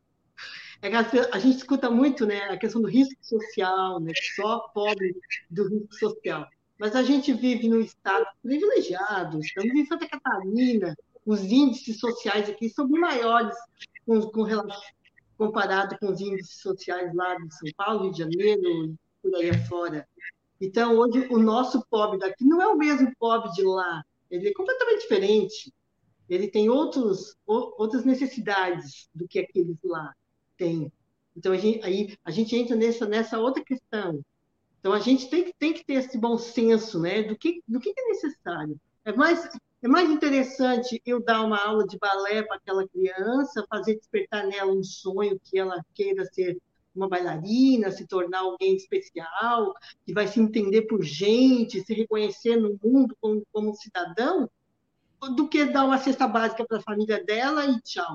É que a gente escuta muito, né, a questão do risco social, né, que só pobre do risco social. Mas a gente vive num estado privilegiado, estamos em Santa Catarina, os índices sociais aqui são bem maiores com, com, comparado com os índices sociais lá de São Paulo, Rio de Janeiro e por aí afora. Então, hoje, o nosso pobre daqui não é o mesmo pobre de lá, ele é completamente diferente. Ele tem outros, outras necessidades do que aqueles lá têm. Então, a gente, aí, a gente entra nessa, nessa outra questão. Então, a gente tem que, tem que ter esse bom senso, né, do que, do que é necessário. É mais, é mais interessante eu dar uma aula de balé para aquela criança, fazer despertar nela um sonho que ela queira ser uma bailarina, se tornar alguém especial, que vai se entender por gente, se reconhecer no mundo como, como cidadão, do que dar uma cesta básica para a família dela e tchau.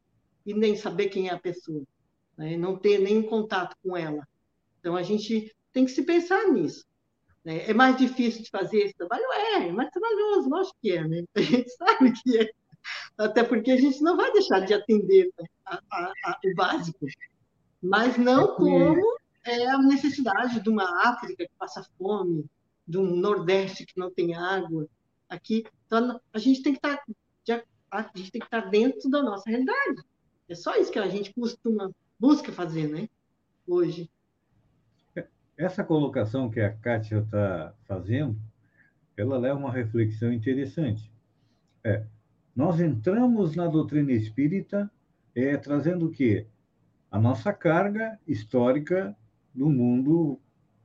E nem saber quem é a pessoa, né? Não ter nenhum contato com ela. Então, a gente tem que se pensar nisso. Né? É mais difícil de fazer esse trabalho? É, é mais trabalhoso, lógico que é, né? A gente sabe que é. Até porque a gente não vai deixar de atender, né, a, a, a, o básico. Mas é não que como é a necessidade de uma África que passa fome, de um Nordeste que não tem água. Aqui, então, a gente tem que estar, a gente tem que estar dentro da nossa realidade. É só isso que a gente costuma, busca fazer, né? Hoje. essa colocação que a Kátia está fazendo, ela leva uma reflexão interessante. É, nós entramos na doutrina espírita é, trazendo o quê? A nossa carga histórica do mundo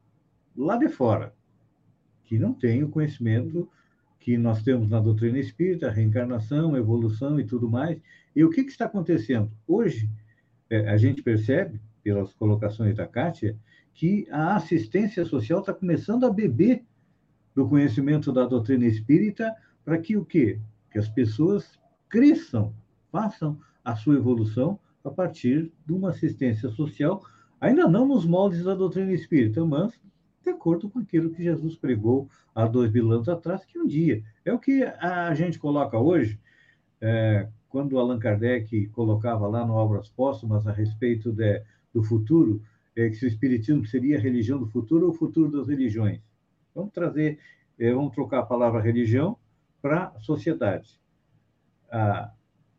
lá de fora, que não tem o conhecimento que nós temos na doutrina espírita, reencarnação, evolução e tudo mais. E o que, que está acontecendo? Hoje, é, a gente percebe, pelas colocações da Kátia, que a assistência social está começando a beber do conhecimento da doutrina espírita para que o quê? Que as pessoas cresçam, façam a sua evolução a partir de uma assistência social, ainda não nos moldes da doutrina espírita, mas de acordo com aquilo que Jesus pregou há dois mil anos atrás, que um dia é o que a gente coloca hoje, é, quando Allan Kardec colocava lá no Obras Póstumas a respeito de, do futuro, é, que se o Espiritismo seria a religião do futuro ou o futuro das religiões. Vamos trazer, é, vamos trocar a palavra religião para sociedade. A,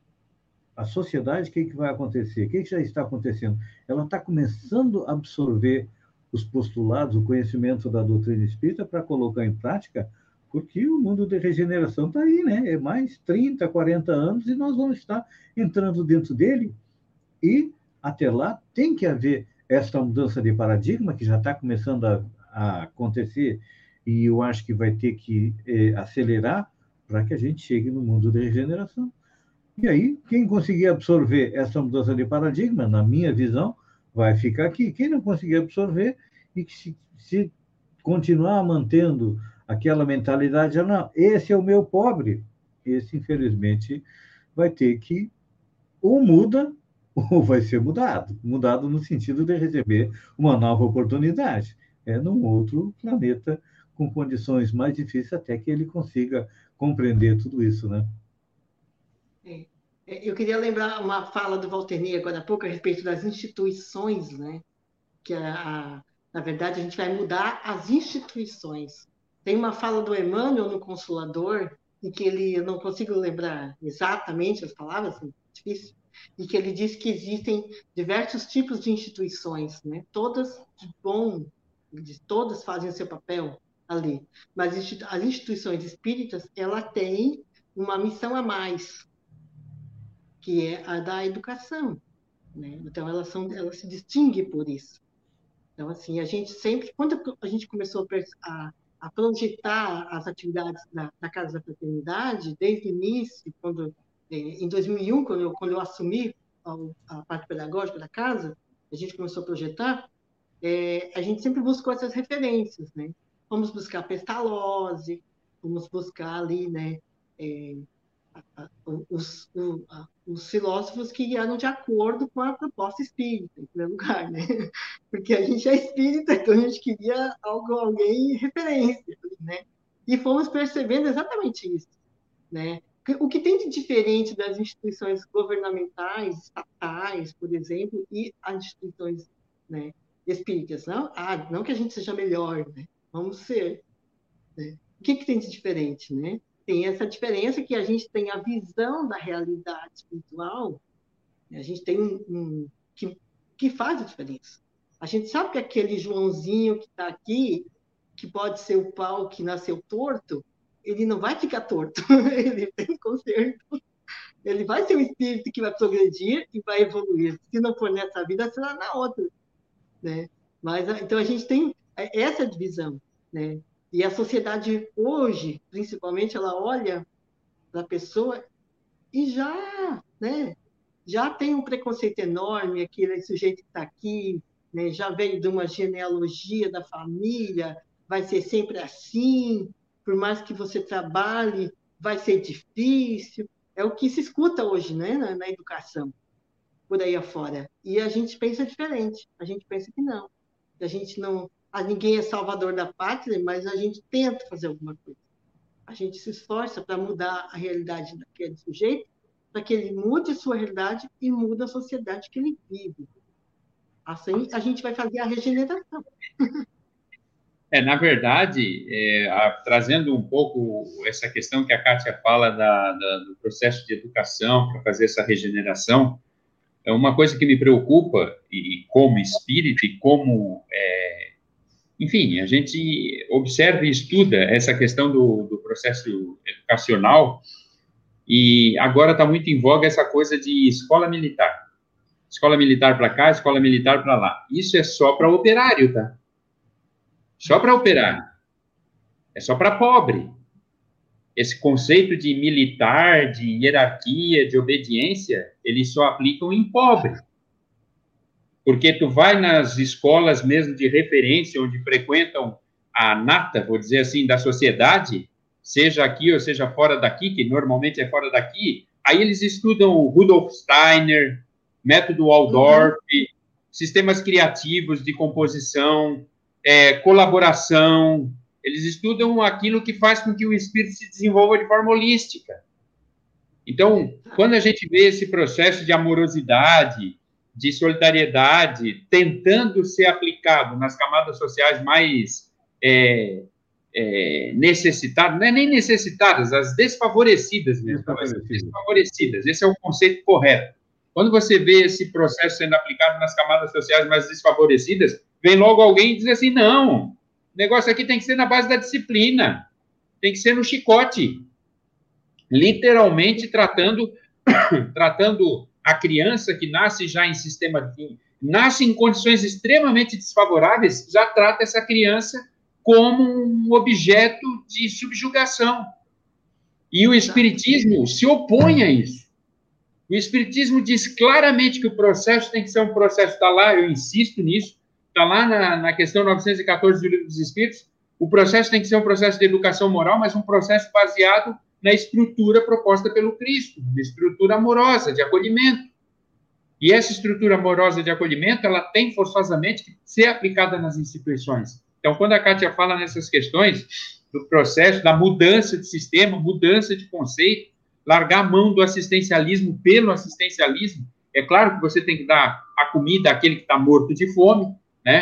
a sociedade, o que, que vai acontecer? O que, que já está acontecendo? Ela está começando a absorver os postulados, o conhecimento da doutrina espírita para colocar em prática, porque o mundo de regeneração está aí, né? É mais trinta, quarenta anos e nós vamos estar entrando dentro dele e, até lá, tem que haver esta mudança de paradigma que já está começando a, a acontecer e eu acho que vai ter que eh, acelerar para que a gente chegue no mundo de regeneração. E aí, quem conseguir absorver essa mudança de paradigma, na minha visão, vai ficar aqui. Quem não conseguir absorver e que se, se continuar mantendo aquela mentalidade, não, esse é o meu pobre, esse, infelizmente, vai ter que ou muda ou vai ser mudado. Mudado no sentido de receber uma nova oportunidade. É num outro planeta com condições mais difíceis até que ele consiga compreender tudo isso, né? É. Eu queria lembrar uma fala do Walter Ney agora há pouco a respeito das instituições, né? Que a, a, na verdade a gente vai mudar as instituições. Tem uma fala do Emmanuel no Consolador, em que ele, eu não consigo lembrar exatamente as palavras, é difícil, e que ele diz que existem diversos tipos de instituições, né? Todas de bom, todas fazem o seu papel ali, mas as instituições espíritas, ela tem uma missão a mais, que é a da educação, né? Então elas são, elas se distinguem por isso. Então assim, a gente sempre, quando a gente começou a, a projetar as atividades da, da Casa da Fraternidade, desde o início, quando em dois mil e um, quando eu, quando eu assumi a, a parte pedagógica da casa, a gente começou a projetar, é, a gente sempre buscou essas referências, né? Vamos buscar Pestalozzi, vamos buscar ali, né, é, os, os, os filósofos que eram de acordo com a proposta espírita, em primeiro lugar, né? Porque a gente é espírita, então a gente queria algo, alguém referência, né? E fomos percebendo exatamente isso, né? O que tem de diferente das instituições governamentais, estatais, por exemplo, e as instituições, né, espíritas, não? Ah, não que a gente seja melhor, né? Vamos ser, né? O que, que tem de diferente, né? Tem essa diferença que a gente tem a visão da realidade espiritual, a gente tem um, um que, que faz a diferença. A gente sabe que aquele Joãozinho que está aqui, que pode ser o pau que nasceu torto, ele não vai ficar torto, ele tem conserto. Ele vai ser um espírito que vai progredir e vai evoluir. Se não for nessa vida, será na outra, né? Mas então a gente tem essa divisão, né? E a sociedade hoje, principalmente, ela olha para a pessoa e já, né, já tem um preconceito enorme, aquele sujeito que está aqui, né, já veio de uma genealogia da família, vai ser sempre assim, por mais que você trabalhe, vai ser difícil. É o que se escuta hoje, né, na, na educação, por aí afora. E a gente pensa diferente, a gente pensa que não. A gente não... A ninguém é salvador da pátria, mas a gente tenta fazer alguma coisa. A gente se esforça para mudar a realidade daquele sujeito, para que ele mude a sua realidade e mude a sociedade que ele vive. Assim, a gente vai fazer a regeneração. É, na verdade, é, a, trazendo um pouco essa questão que a Kátia fala da, da, do processo de educação para fazer essa regeneração, é uma coisa que me preocupa, e como espírito, e como, é, enfim, a gente observa e estuda essa questão do, do processo educacional, e agora está muito em voga essa coisa de escola militar. Escola militar para cá, escola militar para lá. Isso é só para operário, tá? Só para operário. É só para pobre. Esse conceito de militar, de hierarquia, de obediência, eles só aplicam em pobre. Porque tu vai nas escolas mesmo de referência, onde frequentam a nata, vou dizer assim, da sociedade, seja aqui ou seja fora daqui, que normalmente é fora daqui, aí eles estudam o Rudolf Steiner, método Waldorf, uhum. sistemas criativos de composição, é, colaboração, eles estudam aquilo que faz com que o espírito se desenvolva de forma holística. Então, quando a gente vê esse processo de amorosidade, de solidariedade, tentando ser aplicado nas camadas sociais mais é, é, necessitadas, não é nem necessitadas, as desfavorecidas mesmo, desfavorecidas. desfavorecidas, esse é o conceito correto. Quando você vê esse processo sendo aplicado nas camadas sociais mais desfavorecidas, vem logo alguém e diz assim, não, o negócio aqui tem que ser na base da disciplina, tem que ser no chicote, literalmente tratando, tratando a criança que nasce já em sistema, nasce em condições extremamente desfavoráveis, já trata essa criança como um objeto de subjugação. E o Espiritismo se opõe a isso. O Espiritismo diz claramente que o processo tem que ser um processo, está lá, eu insisto nisso, está lá na, na questão novecentos e quatorze do Livro dos Espíritos, o processo tem que ser um processo de educação moral, mas um processo baseado na estrutura proposta pelo Cristo, uma estrutura amorosa, de acolhimento. E essa estrutura amorosa de acolhimento, ela tem forçosamente que ser aplicada nas instituições. Então, quando a Kátia fala nessas questões do processo, da mudança de sistema, mudança de conceito, largar a mão do assistencialismo pelo assistencialismo, é claro que você tem que dar a comida àquele que está morto de fome, né?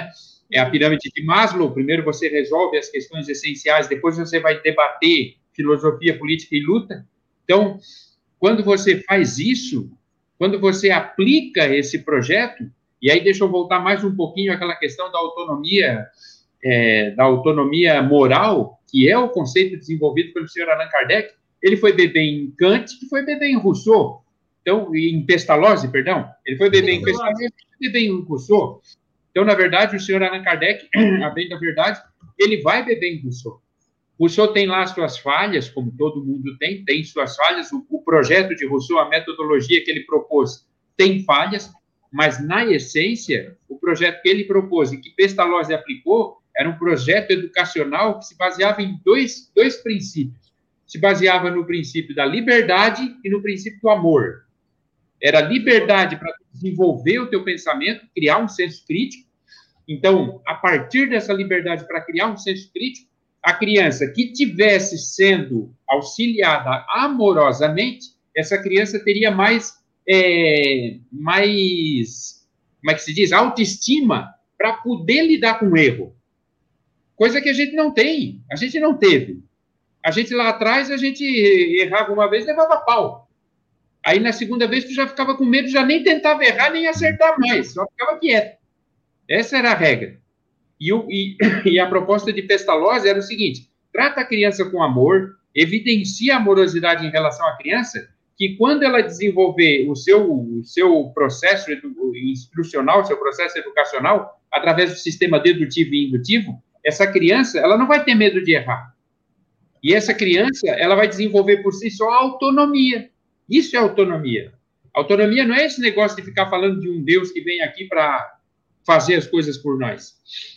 É a pirâmide de Maslow. Primeiro você resolve as questões essenciais, depois você vai debater filosofia, política e luta. Então, quando você faz isso, quando você aplica esse projeto, e aí deixa eu voltar mais um pouquinho àquela questão da autonomia, é, da autonomia moral, que é o conceito desenvolvido pelo senhor Allan Kardec. Ele foi beber em Kant, que foi beber em Rousseau, então, em Pestalozzi, perdão. Ele foi beber em Pestalozzi, foi beber em Rousseau. Então, na verdade, o senhor Allan Kardec, a bem da verdade, ele vai beber em Rousseau. Rousseau tem lá as suas falhas, como todo mundo tem, tem suas falhas. O, o projeto de Rousseau, a metodologia que ele propôs, tem falhas, mas, na essência, o projeto que ele propôs e que Pestalozzi aplicou era um projeto educacional que se baseava em dois, dois princípios. Se baseava no princípio da liberdade e no princípio do amor. Era liberdade para desenvolver o teu pensamento, criar um senso crítico. Então, a partir dessa liberdade para criar um senso crítico, a criança que tivesse sendo auxiliada amorosamente, essa criança teria mais, é, mais, como é que se diz, autoestima para poder lidar com o erro. Coisa que a gente não tem, a gente não teve. A gente lá atrás, a gente errava uma vez, levava pau. Aí, na segunda vez, tu já ficava com medo, já nem tentava errar, nem acertar mais, só ficava quieto. Essa era a regra. E, o, e, e a proposta de Pestalozzi era o seguinte: trata a criança com amor, evidencia a amorosidade em relação à criança, que quando ela desenvolver o seu, o seu processo instrucional, o seu processo educacional, através do sistema dedutivo e indutivo, essa criança, ela não vai ter medo de errar. E essa criança, ela vai desenvolver por si só a autonomia. Isso é autonomia. Autonomia não é esse negócio de ficar falando de um Deus que vem aqui para fazer as coisas por nós.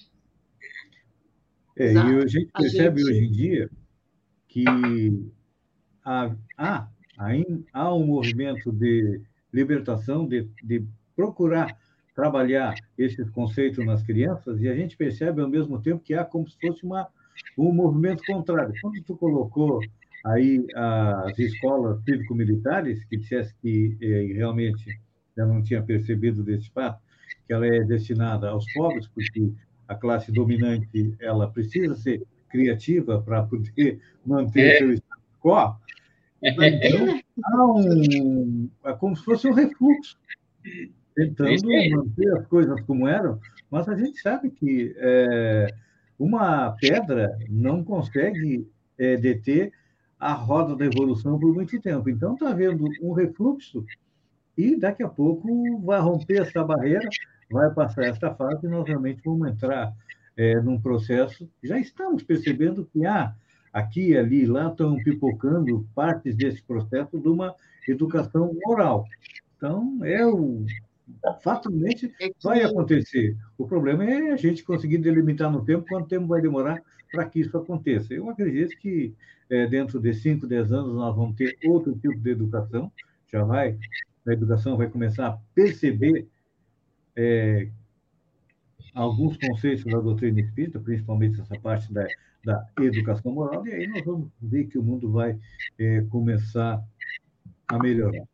É, e a gente percebe a gente... hoje em dia que há, há, há um movimento de libertação, de, de procurar trabalhar esses conceitos nas crianças, e a gente percebe ao mesmo tempo que há como se fosse uma, um movimento contrário. Quando tu colocou aí as escolas cívico-militares, que dissesse que eh, realmente eu não tinha percebido desse fato, que ela é destinada aos pobres, porque a classe dominante ela precisa ser criativa para poder manter é. seu status quo. Então, há um, é como se fosse um refluxo, tentando manter as coisas como eram, mas a gente sabe que é, uma pedra não consegue é, deter a roda da evolução por muito tempo. Então, está havendo um refluxo e, daqui a pouco, vai romper essa barreira, vai passar essa fase e nós realmente vamos entrar é, num processo. Já estamos percebendo que há, aqui e ali, lá, estão pipocando partes desse processo de uma educação moral. Então, é o... fatalmente vai acontecer. O problema é a gente conseguir delimitar no tempo quanto tempo vai demorar para que isso aconteça. Eu acredito que é, dentro de cinco, dez anos nós vamos ter outro tipo de educação, já vai, a educação vai começar a perceber é, alguns conceitos da doutrina espírita, principalmente essa parte da, da educação moral, e aí nós vamos ver que o mundo vai é, começar a melhorar.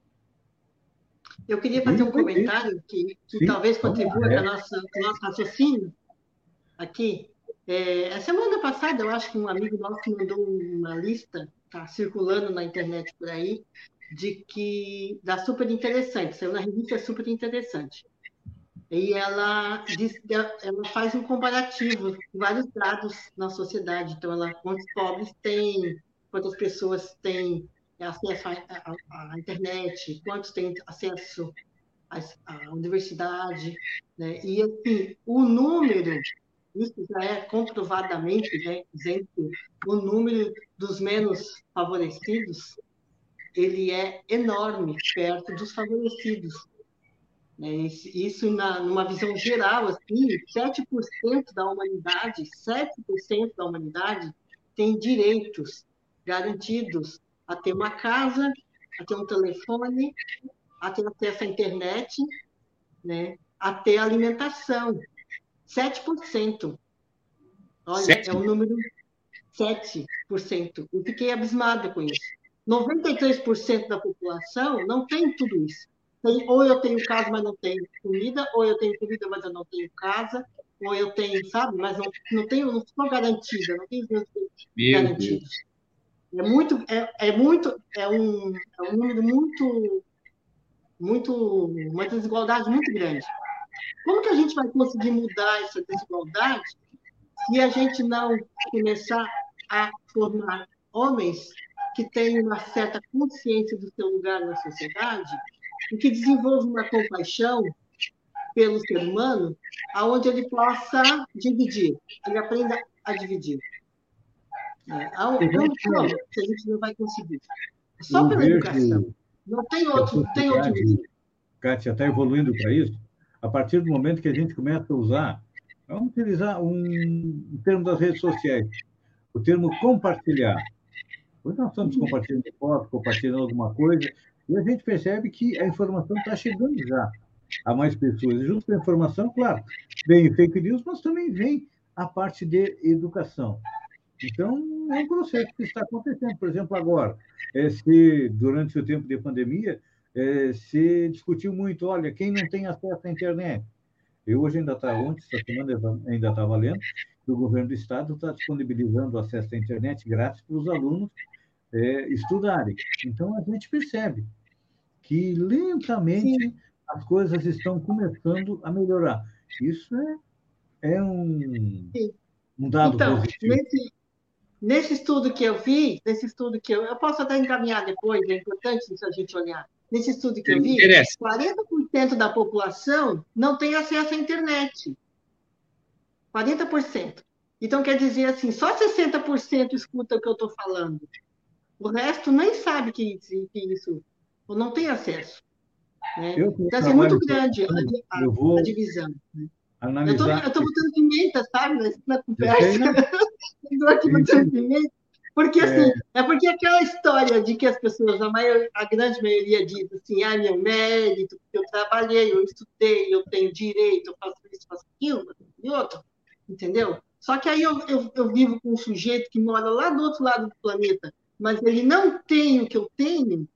Eu queria fazer um comentário que, que Sim, talvez contribua com, a nossa, com o nosso raciocínio aqui. É, a semana passada, eu acho que um amigo nosso mandou uma lista, está circulando na internet por aí, de que da Super Interessante, saiu na revista Super Interessante. E ela, diz, ela faz um comparativo de vários dados na sociedade. Então, ela, quantos pobres tem, quantas pessoas têm acesso à, à internet, quantos têm acesso à, à universidade, né? E, assim, o número, isso já é comprovadamente, né, dizendo que o número dos menos favorecidos, ele é enorme, perto dos favorecidos. Isso, na, numa visão geral, assim, sete por cento da humanidade, sete por cento da humanidade tem direitos garantidos a ter uma casa, a ter um telefone, a ter acesso à internet, né, a ter alimentação. sete por cento. Olha, sete? É o número sete por cento. Eu fiquei abismada com isso. noventa e três por cento da população não tem tudo isso. Tem, ou eu tenho casa, mas não tenho comida, ou eu tenho comida, mas eu não tenho casa. ou eu tenho, sabe? Mas não, não tenho, não sou garantida, não tenho os meus direitos Meu garantidos. É muito, é, é muito, é um, é um número muito, muito, uma desigualdade muito grande. Como que a gente vai conseguir mudar essa desigualdade se a gente não começar a formar homens que tenham uma certa consciência do seu lugar na sociedade e que desenvolvam uma compaixão pelo ser humano, aonde ele possa dividir, ele aprenda a dividir. É, como, como que a gente não vai conseguir? Só eu pela vejo educação. Não tem que a outro, não tem outro meio. Kátia, está evoluindo para isso, a partir do momento que a gente começa a usar, vamos utilizar um, um termo das redes sociais, o termo compartilhar. Hoje nós estamos compartilhando foto, compartilhando alguma coisa, e a gente percebe que a informação está chegando já a mais pessoas. E junto com a informação, claro, vem fake news, mas também vem a parte de educação. Então, é um processo que está acontecendo. Por exemplo, agora, é, se, durante o tempo de pandemia, é, se discutiu muito, olha, quem não tem acesso à internet. Eu hoje ainda está, ontem, essa semana ainda estava lendo, que o governo do estado está disponibilizando acesso à internet grátis para os alunos é, estudarem. Então, a gente percebe que lentamente Sim. as coisas estão começando a melhorar. Isso é, é um, um dado então, positivo. Nesse, nesse estudo que eu vi, nesse estudo que eu, eu posso até encaminhar depois, é importante isso a gente olhar. Nesse estudo que eu vi, quarenta por cento da população não tem acesso à internet. quarenta por cento. Então, quer dizer assim, só sessenta por cento escuta o que eu estou falando. O resto nem sabe que, que isso, ou não tem acesso. Né? Então, assim, é muito grande a, a, eu vou a divisão. Né? Analisar... Eu estou botando pimenta, sabe, na conversa. Estou aqui botando pimenta. Porque, assim, é... é porque aquela história de que as pessoas, a, maior, a grande maioria diz assim, ah, meu mérito, porque eu trabalhei, eu estudei, eu tenho direito, eu faço isso, faço aquilo, e outro, entendeu? Só que aí eu, eu, eu vivo com um sujeito que mora lá do outro lado do planeta, mas ele não tem o que eu tenho,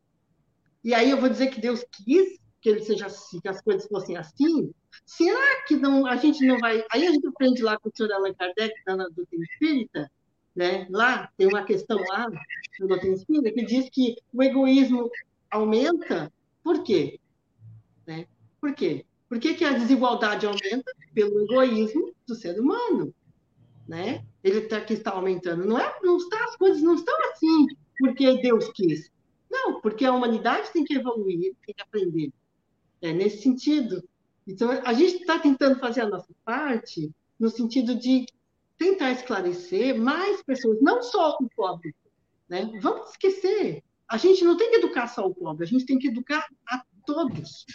e aí eu vou dizer que Deus quis que ele seja assim, que as coisas fossem assim. Será que não, a gente não vai... Aí a gente aprende lá com o senhor Allan Kardec, na doutrina espírita, né? Lá tem uma questão lá na doutrina espírita que diz que o egoísmo aumenta. Por quê? Né? Por quê? Por que, que a desigualdade aumenta? Pelo egoísmo do ser humano. Né? Ele tá, que está aumentando. Não é, não está, as coisas não estão assim porque Deus quis. Não, porque a humanidade tem que evoluir, tem que aprender. É nesse sentido. Então, a gente está tentando fazer a nossa parte no sentido de tentar esclarecer mais pessoas, não só o pobre. Né? Vamos esquecer. A gente não tem que educar só o pobre, a gente tem que educar a todos.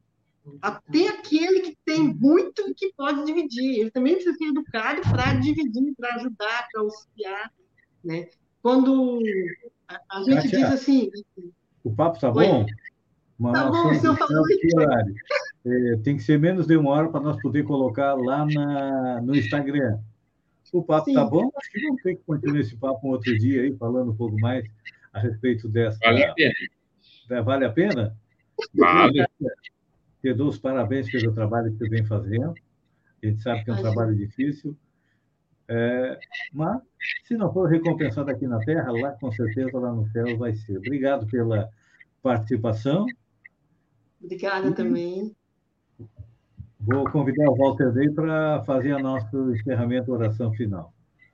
Até aquele que tem muito e que pode dividir. Ele também precisa ser educado para dividir, para ajudar, para auxiliar. Né? Quando a, a gente Kátia, diz assim... O papo está bom? Mas tá bom, o senhor falou horário. É, tem que ser menos de uma hora para nós poder colocar lá na, no Instagram. O papo está bom? Acho que vamos ter que continuar esse papo um outro dia aí, falando um pouco mais a respeito dessa... Vale a pena. Vale a pena? Vale. Te dou os parabéns pelo trabalho que você vem fazendo. A gente sabe que é um Imagina. trabalho difícil. É, mas, se não for recompensado aqui na Terra, lá com certeza lá no céu vai ser. Obrigado pela participação. Obrigada e também. Vou convidar o Walter Day para fazer a nosso encerramento, oração final.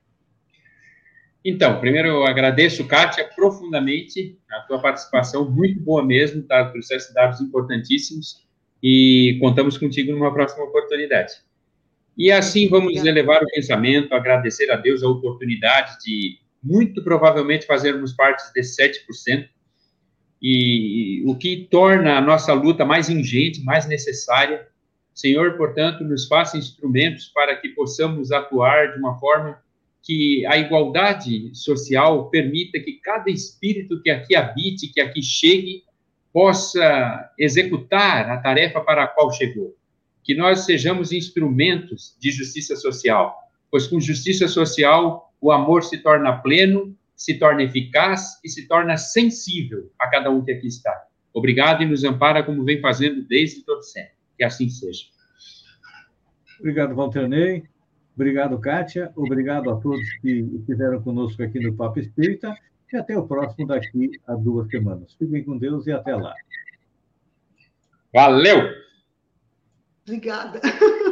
Então, primeiro eu agradeço, Kátia, profundamente a tua participação, muito boa mesmo, tá? Trouxeste dados importantíssimos e contamos contigo numa próxima oportunidade. E assim vamos elevar o pensamento, agradecer a Deus a oportunidade de, muito provavelmente, fazermos parte desses sete por cento, e, e o que torna a nossa luta mais ingente, mais necessária. Senhor, portanto, nos faça instrumentos para que possamos atuar de uma forma que a igualdade social permita que cada espírito que aqui habite, que aqui chegue, possa executar a tarefa para a qual chegou. Que nós sejamos instrumentos de justiça social, pois com justiça social o amor se torna pleno, se torna eficaz e se torna sensível a cada um que aqui está. Obrigado e nos ampara como vem fazendo desde todo sempre. Que assim seja. Obrigado, Walternei. Obrigado, Kátia. Obrigado a todos que estiveram conosco aqui no Papo Espírita. E até o próximo daqui a duas semanas. Fiquem com Deus e até lá. Valeu! Obrigada.